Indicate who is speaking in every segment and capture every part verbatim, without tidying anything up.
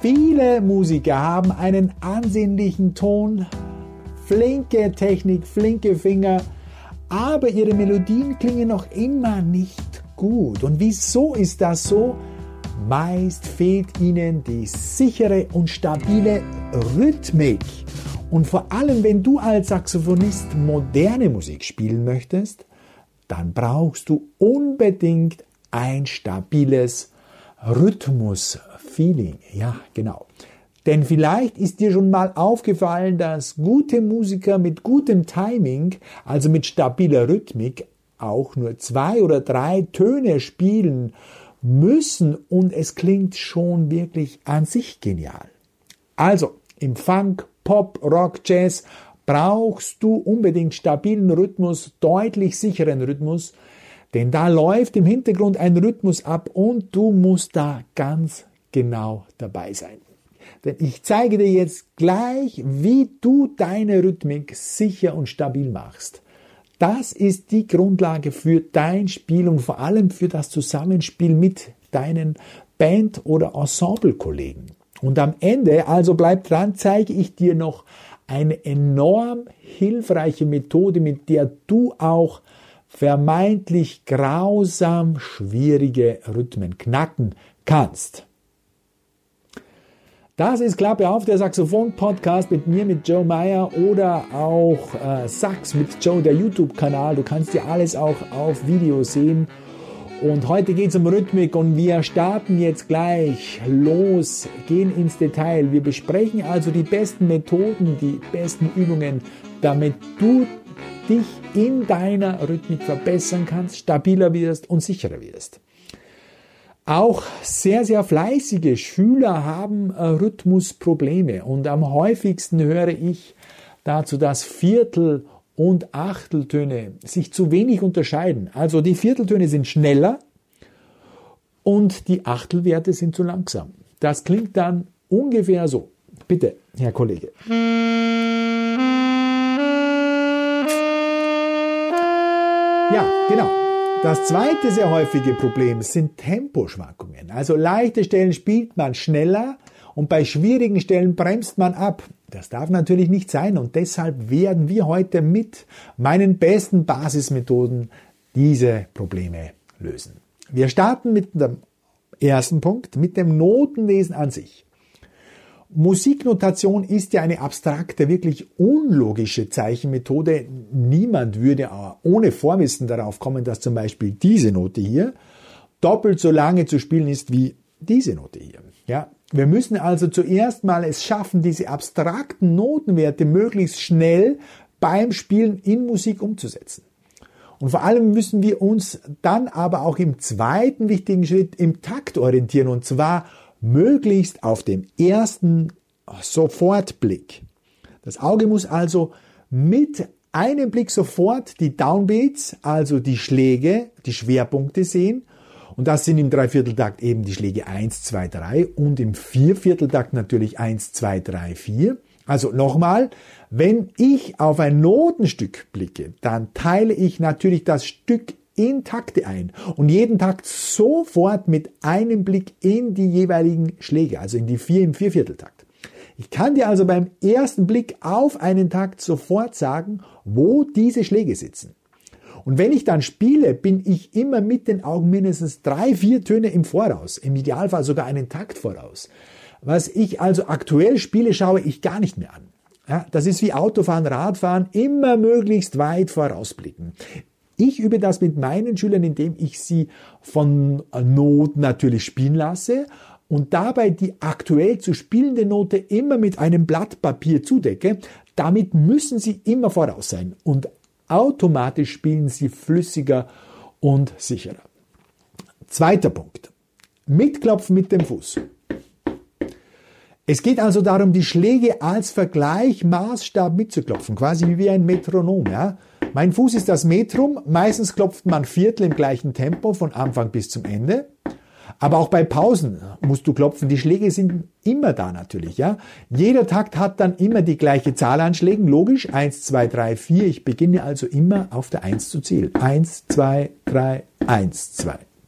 Speaker 1: Viele Musiker haben einen ansehnlichen Ton, flinke Technik, flinke Finger, aber ihre Melodien klingen noch immer nicht gut. Und wieso ist das so? Meist fehlt ihnen die sichere und stabile Rhythmik. Und vor allem, wenn du als Saxophonist moderne Musik spielen möchtest, dann brauchst du unbedingt ein stabiles Rhythmus-Feeling. Ja, genau. Denn vielleicht ist dir schon mal aufgefallen, dass gute Musiker mit gutem Timing, also mit stabiler Rhythmik, auch nur zwei oder drei Töne spielen müssen und es klingt schon wirklich an sich genial. Also im Funk, Pop, Rock, Jazz brauchst du unbedingt stabilen Rhythmus, deutlich sicheren Rhythmus, denn da läuft im Hintergrund ein Rhythmus ab und du musst da ganz genau dabei sein. Denn ich zeige dir jetzt gleich, wie du deine Rhythmik sicher und stabil machst. Das ist die Grundlage für dein Spiel und vor allem für das Zusammenspiel mit deinen Band- oder Ensemble-Kollegen. Und am Ende, also bleib dran, zeige ich dir noch eine enorm hilfreiche Methode, mit der du auch vermeintlich grausam schwierige Rhythmen knacken kannst. Das ist Klappe auf, der Saxophon-Podcast mit mir, mit Joe Meyer oder auch äh, Sax mit Joe, der YouTube-Kanal. Du kannst dir alles auch auf Video sehen. Und heute geht es um Rhythmik und wir starten jetzt gleich los, gehen ins Detail. Wir besprechen also die besten Methoden, die besten Übungen, damit du dich in deiner Rhythmik verbessern kannst, stabiler wirst und sicherer wirst. Auch sehr, sehr fleißige Schüler haben äh, Rhythmusprobleme und am häufigsten höre ich dazu, dass Viertel- und Achteltöne sich zu wenig unterscheiden. Also die Vierteltöne sind schneller und die Achtelwerte sind zu langsam. Das klingt dann ungefähr so. Bitte, Herr Kollege. Ja, genau. Das zweite sehr häufige Problem sind Temposchwankungen. Also leichte Stellen spielt man schneller und bei schwierigen Stellen bremst man ab. Das darf natürlich nicht sein und deshalb werden wir heute mit meinen besten Basismethoden diese Probleme lösen. Wir starten mit dem ersten Punkt, mit dem Notenlesen an sich. Musiknotation ist ja eine abstrakte, wirklich unlogische Zeichenmethode. Niemand würde ohne Vorwissen darauf kommen, dass zum Beispiel diese Note hier doppelt so lange zu spielen ist wie diese Note hier. Ja, wir müssen also zuerst mal es schaffen, diese abstrakten Notenwerte möglichst schnell beim Spielen in Musik umzusetzen. Und vor allem müssen wir uns dann aber auch im zweiten wichtigen Schritt im Takt orientieren und zwar möglichst auf dem ersten Sofortblick. Das Auge muss also mit einem Blick sofort die Downbeats, also die Schläge, die Schwerpunkte sehen. Und das sind im Dreivierteltakt eben die Schläge eins, zwei, drei und im Viervierteltakt natürlich eins, zwei, drei, vier. Also nochmal, wenn ich auf ein Notenstück blicke, dann teile ich natürlich das Stück in Takte ein und jeden Takt sofort mit einem Blick in die jeweiligen Schläge, also in die vier im Viervierteltakt. Ich kann dir also beim ersten Blick auf einen Takt sofort sagen, wo diese Schläge sitzen. Und wenn ich dann spiele, bin ich immer mit den Augen mindestens drei, vier Töne im Voraus, im Idealfall sogar einen Takt voraus. Was ich also aktuell spiele, schaue ich gar nicht mehr an. Ja, das ist wie Autofahren, Radfahren, immer möglichst weit vorausblicken. Ich übe das mit meinen Schülern, indem ich sie von Noten natürlich spielen lasse und dabei die aktuell zu spielende Note immer mit einem Blatt Papier zudecke. Damit müssen sie immer voraus sein und automatisch spielen sie flüssiger und sicherer. Zweiter Punkt. Mitklopfen mit dem Fuß. Es geht also darum, die Schläge als Vergleichmaßstab mitzuklopfen, quasi wie ein Metronom. Ja? Mein Fuß ist das Metrum, meistens klopft man Viertel im gleichen Tempo von Anfang bis zum Ende. Aber auch bei Pausen musst du klopfen, die Schläge sind immer da natürlich. Ja? Jeder Takt hat dann immer die gleiche Zahl an Schlägen, logisch, eins, zwei, drei, vier. Ich beginne also immer auf der eins zu zählen. eins, zwei, drei, eins, zwei,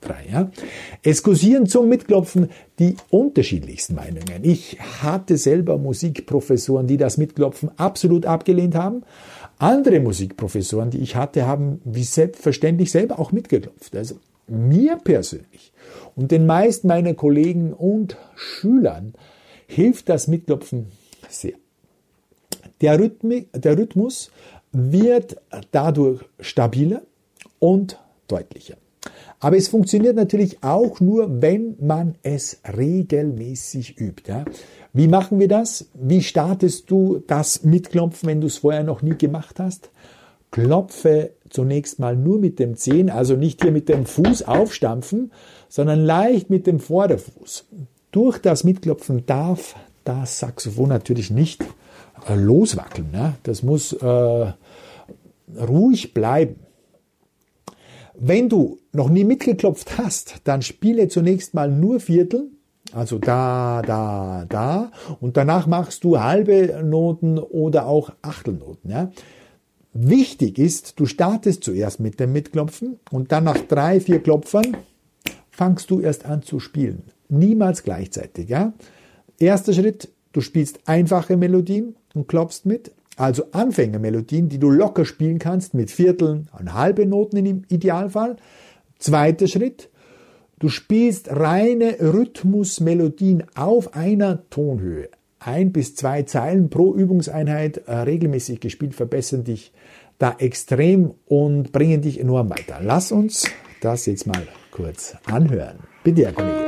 Speaker 1: drei. Ja. Es kursieren zum Mitklopfen die unterschiedlichsten Meinungen. Ich hatte selber Musikprofessoren, die das Mitklopfen absolut abgelehnt haben. Andere Musikprofessoren, die ich hatte, haben wie selbstverständlich selber auch mitgeklopft. Also mir persönlich und den meisten meiner Kollegen und Schülern hilft das Mitklopfen sehr. Der, Rhythmi- der Rhythmus wird dadurch stabiler und deutlicher. Aber es funktioniert natürlich auch nur, wenn man es regelmäßig übt. Ja? Wie machen wir das? Wie startest du das Mitklopfen, wenn du es vorher noch nie gemacht hast? Klopfe zunächst mal nur mit dem Zehen, also nicht hier mit dem Fuß aufstampfen, sondern leicht mit dem Vorderfuß. Durch das Mitklopfen darf das Saxophon natürlich nicht äh, loswackeln. Ne? Das muss äh, ruhig bleiben. Wenn du noch nie mitgeklopft hast, dann spiele zunächst mal nur Viertel, also da, da, da, und danach machst du halbe Noten oder auch Achtelnoten. Ja? Wichtig ist, du startest zuerst mit dem Mitklopfen und dann nach drei, vier Klopfern fangst du erst an zu spielen. Niemals gleichzeitig. Ja? Erster Schritt, du spielst einfache Melodien und klopfst mit. Also Anfängermelodien, die du locker spielen kannst mit Vierteln und halbe Noten im Idealfall. Zweiter Schritt, du spielst reine Rhythmusmelodien auf einer Tonhöhe. Ein bis zwei Zeilen pro Übungseinheit äh, regelmäßig gespielt verbessern dich da extrem und bringen dich enorm weiter. Lass uns das jetzt mal kurz anhören. Bitte, Herr Kollege.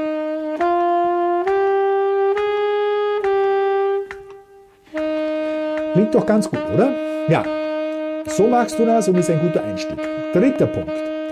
Speaker 1: Klingt doch ganz gut, oder? Ja, so machst du das und ist ein guter Einstieg. Dritter Punkt.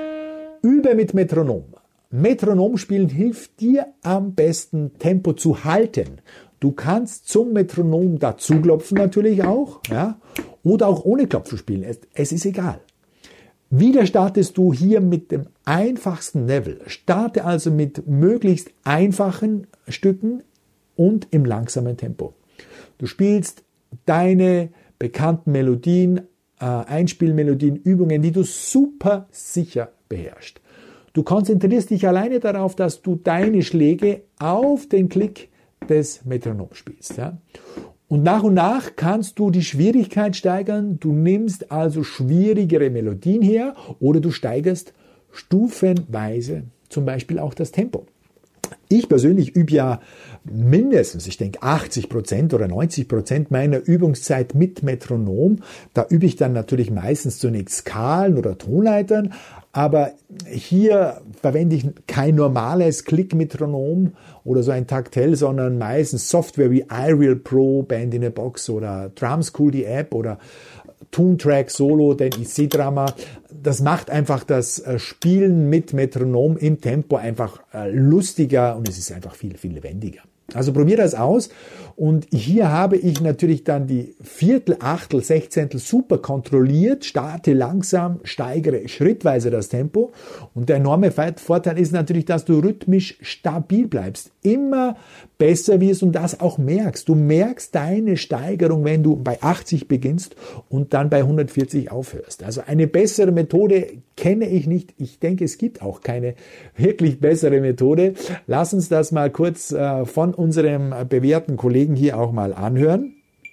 Speaker 1: Übe mit Metronom. Metronomspielen hilft dir am besten, Tempo zu halten. Du kannst zum Metronom dazu klopfen natürlich auch, ja, oder auch ohne Klopfen spielen. Es, es ist egal. Wieder startest du hier mit dem einfachsten Level. Starte also mit möglichst einfachen Stücken und im langsamen Tempo. Du spielst deine bekannten Melodien, äh, Einspielmelodien, Übungen, die du super sicher beherrschst. Du konzentrierst dich alleine darauf, dass du deine Schläge auf den Klick des Metronoms spielst. Ja? Und nach und nach kannst du die Schwierigkeit steigern. Du nimmst also schwierigere Melodien her oder du steigerst stufenweise zum Beispiel auch das Tempo. Ich persönlich übe ja mindestens, ich denke achtzig Prozent oder neunzig Prozent meiner Übungszeit mit Metronom. Da übe ich dann natürlich meistens zunächst Skalen oder Tonleitern, aber hier verwende ich kein normales Klick-Metronom oder so ein Taktell, sondern meistens Software wie iReal Pro, Band in a Box oder Drum School, die App, oder Toontrack Solo, den I C-Drama. Das macht einfach das Spielen mit Metronom im Tempo einfach lustiger und es ist einfach viel, viel lebendiger. Also probier das aus. Und hier habe ich natürlich dann die Viertel, Achtel, Sechzehntel super kontrolliert, starte langsam, steigere schrittweise das Tempo. Und der enorme Vorteil ist natürlich, dass du rhythmisch stabil bleibst. Immer besser wirst und das auch merkst. Du merkst deine Steigerung, wenn du bei achtzig beginnst und dann bei hundertvierzig aufhörst. Also eine bessere Methode kenne ich nicht. Ich denke, es gibt auch keine wirklich bessere Methode. Lass uns das mal kurz äh, von unserem bewährten Kollegen hier auch mal anhören.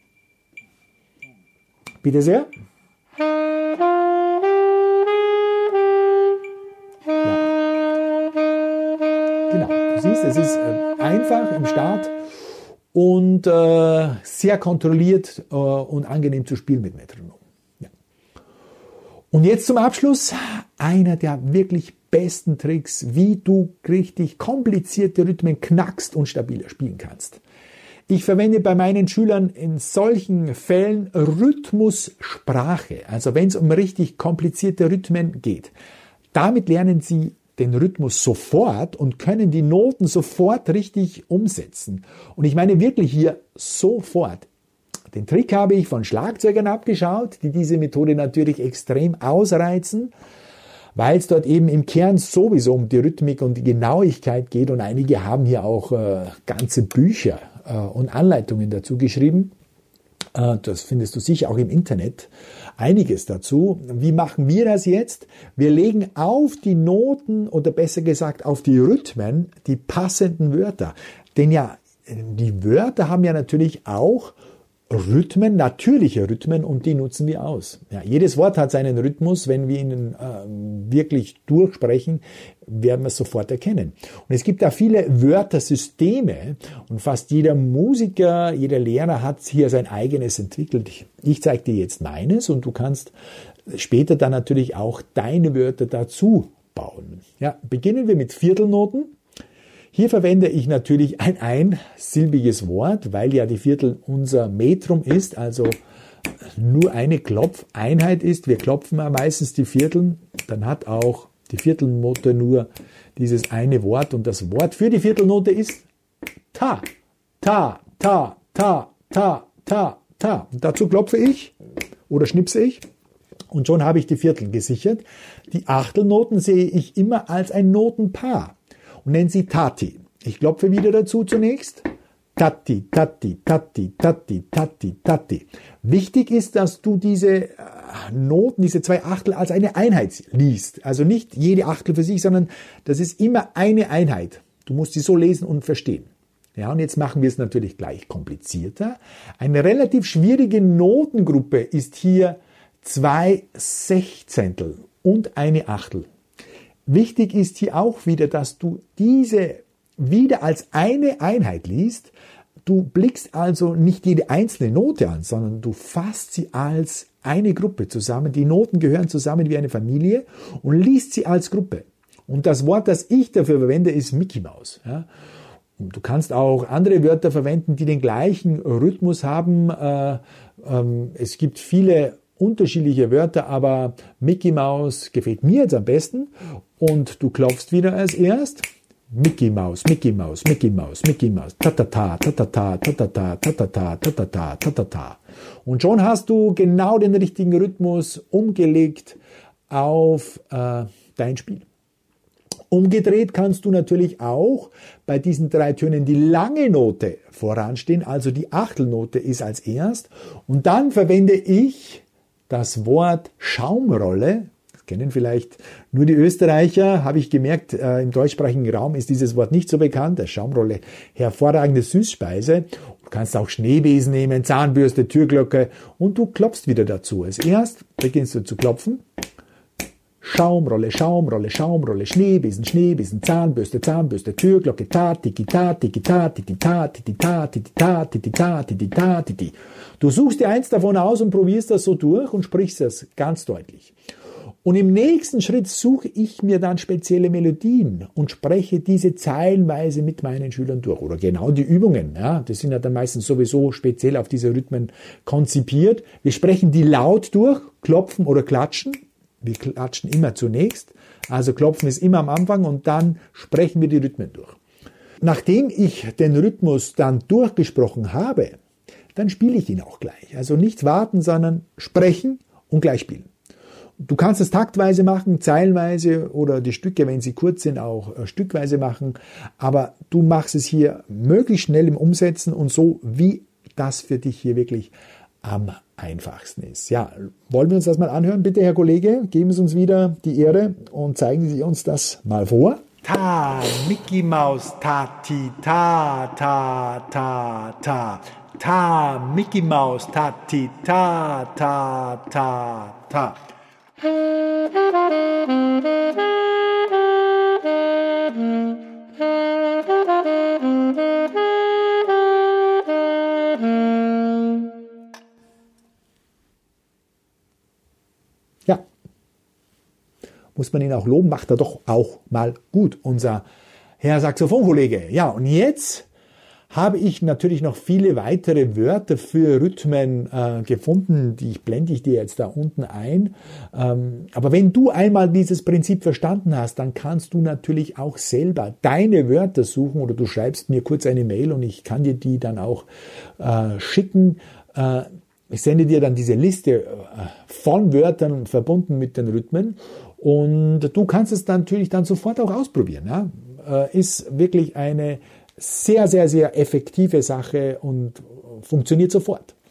Speaker 1: Bitte sehr. Ja. Genau, du siehst, es ist äh, einfach im Start und äh, sehr kontrolliert äh, und angenehm zu spielen mit Metronom. Ja. Und jetzt zum Abschluss einer der wirklich besten Tricks, wie du richtig komplizierte Rhythmen knackst und stabiler spielen kannst. Ich verwende bei meinen Schülern in solchen Fällen Rhythmussprache, also wenn es um richtig komplizierte Rhythmen geht. Damit lernen sie den Rhythmus sofort und können die Noten sofort richtig umsetzen. Und ich meine wirklich hier sofort. Den Trick habe ich von Schlagzeugern abgeschaut, die diese Methode natürlich extrem ausreizen, weil es dort eben im Kern sowieso um die Rhythmik und die Genauigkeit geht und einige haben hier auch äh, ganze Bücher äh, und Anleitungen dazu geschrieben. Das findest du sicher auch im Internet. Einiges dazu. Wie machen wir das jetzt? Wir legen auf die Noten oder besser gesagt auf die Rhythmen die passenden Wörter. Denn ja, die Wörter haben ja natürlich auch Rhythmen, natürliche Rhythmen, und die nutzen wir aus. Ja, jedes Wort hat seinen Rhythmus. Wenn wir ihn äh, wirklich durchsprechen, werden wir es sofort erkennen. Und es gibt da viele Wörtersysteme und fast jeder Musiker, jeder Lehrer hat hier sein eigenes entwickelt. Ich zeige dir jetzt meines und du kannst später dann natürlich auch deine Wörter dazu bauen. Ja, beginnen wir mit Viertelnoten. Hier verwende ich natürlich ein einsilbiges Wort, weil ja die Viertel unser Metrum ist, also nur eine Klopfeinheit ist. Wir klopfen ja meistens die Vierteln, dann hat auch die Viertelnote nur dieses eine Wort und das Wort für die Viertelnote ist Ta, Ta, Ta, Ta, Ta, Ta, Ta. Und dazu klopfe ich oder schnipse ich und schon habe ich die Viertel gesichert. Die Achtelnoten sehe ich immer als ein Notenpaar und nenne sie Tati. Ich klopfe wieder dazu zunächst. Tati, Tati, Tati, Tati, Tati, Tati. Wichtig ist, dass du diese Noten, diese zwei Achtel als eine Einheit liest. Also nicht jede Achtel für sich, sondern das ist immer eine Einheit. Du musst sie so lesen und verstehen. Ja, und jetzt machen wir es natürlich gleich komplizierter. Eine relativ schwierige Notengruppe ist hier zwei Sechzehntel und eine Achtel. Wichtig ist hier auch wieder, dass du diese wieder als eine Einheit liest. Du blickst also nicht jede einzelne Note an, sondern du fasst sie als eine Gruppe zusammen. Die Noten gehören zusammen wie eine Familie und liest sie als Gruppe. Und das Wort, das ich dafür verwende, ist Mickey Mouse. Ja? Du kannst auch andere Wörter verwenden, die den gleichen Rhythmus haben. Äh, ähm, es gibt viele unterschiedliche Wörter, aber Mickey Mouse gefällt mir jetzt am besten. Und du klopfst wieder als erst. Mickey Mouse, Mickey Mouse, Mickey Mouse, Mickey Mouse, ta-ta-ta, ta-ta-ta, ta-ta-ta, ta-ta-ta, ta-ta-ta, ta-ta-ta. Und schon hast du genau den richtigen Rhythmus umgelegt auf äh, dein Spiel. Umgedreht kannst du natürlich auch bei diesen drei Tönen die lange Note voranstehen, also die Achtelnote ist als erst. Und dann verwende ich das Wort Schaumrolle. Kennen vielleicht nur die Österreicher, habe ich gemerkt, äh, im deutschsprachigen Raum ist dieses Wort nicht so bekannt. Der Schaumrolle, hervorragende Süßspeise. Du kannst auch Schneebesen nehmen, Zahnbürste, Türglocke und du klopfst wieder dazu. Als erst beginnst du zu klopfen. Schaumrolle, Schaumrolle, Schaumrolle, Schneebesen, Schneebesen, Zahnbürste, Zahnbürste, Türglocke, ta, tiki, ta, tiki, ta, tiki, ta, tiki, ta, tiki, ta, tiki, ta, tiki, ta, tiki. Du suchst dir eins davon aus und probierst das so durch und sprichst das ganz deutlich. Und im nächsten Schritt suche ich mir dann spezielle Melodien und spreche diese zeilenweise mit meinen Schülern durch. Oder genau die Übungen. Ja, das sind ja dann meistens sowieso speziell auf diese Rhythmen konzipiert. Wir sprechen die laut durch, klopfen oder klatschen. Wir klatschen immer zunächst. Also klopfen ist immer am Anfang und dann sprechen wir die Rhythmen durch. Nachdem ich den Rhythmus dann durchgesprochen habe, dann spiele ich ihn auch gleich. Also nicht warten, sondern sprechen und gleich spielen. Du kannst es taktweise machen, zeilenweise oder die Stücke, wenn sie kurz sind, auch äh, stückweise machen. Aber du machst es hier möglichst schnell im Umsetzen und so, wie das für dich hier wirklich am einfachsten ist. Ja, wollen wir uns das mal anhören? Bitte, Herr Kollege, geben Sie uns wieder die Ehre und zeigen Sie uns das mal vor. Ta, Mickey Mouse, Tati, ta, ta, ta, ta. Ta, Mickey Mouse, Tati, ta, ta, ta, ta. Ja, muss man ihn auch loben, macht er doch auch mal gut, unser Herr Saxophonkollege. Ja, und jetzt habe ich natürlich noch viele weitere Wörter für Rhythmen äh, gefunden, die blende ich dir jetzt da unten ein. Ähm, aber wenn du einmal dieses Prinzip verstanden hast, dann kannst du natürlich auch selber deine Wörter suchen oder du schreibst mir kurz eine Mail und ich kann dir die dann auch äh, schicken. Äh, ich sende dir dann diese Liste äh, von Wörtern verbunden mit den Rhythmen und du kannst es dann natürlich dann sofort auch ausprobieren. Ja? Äh, ist wirklich eine sehr, sehr, sehr effektive Sache und funktioniert sofort.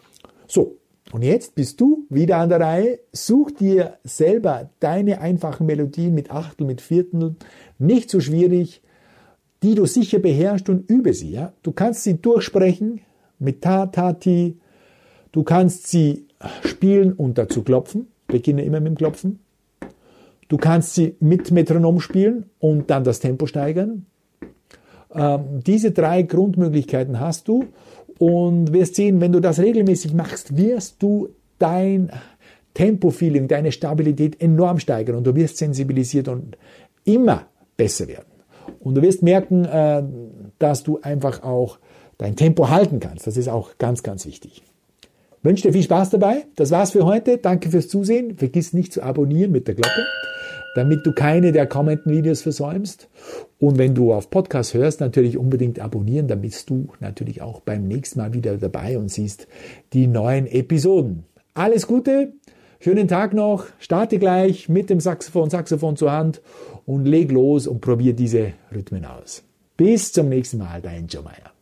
Speaker 1: So, und jetzt bist du wieder an der Reihe. Such dir selber deine einfachen Melodien mit Achtel, mit Viertel, nicht so schwierig, die du sicher beherrschst und übe sie. Ja? Du kannst sie durchsprechen mit Ta, Ta, Ti. Du kannst sie spielen und dazu klopfen. Beginne immer mit dem Klopfen. Du kannst sie mit Metronom spielen und dann das Tempo steigern. Ähm, diese drei Grundmöglichkeiten hast du und wirst sehen, wenn du das regelmäßig machst, wirst du dein Tempo-Feeling, deine Stabilität enorm steigern und du wirst sensibilisiert und immer besser werden. Und du wirst merken, äh, dass du einfach auch dein Tempo halten kannst. Das ist auch ganz, ganz wichtig. Ich wünsche dir viel Spaß dabei. Das war's für heute. Danke fürs Zusehen. Vergiss nicht zu abonnieren mit der Glocke, damit du keine der kommenden Videos versäumst. Und wenn du auf Podcast hörst, natürlich unbedingt abonnieren, damit du natürlich auch beim nächsten Mal wieder dabei und siehst die neuen Episoden. Alles Gute, schönen Tag noch, starte gleich mit dem Saxophon, Saxophon zur Hand und leg los und probier diese Rhythmen aus. Bis zum nächsten Mal, dein Joe Meyer.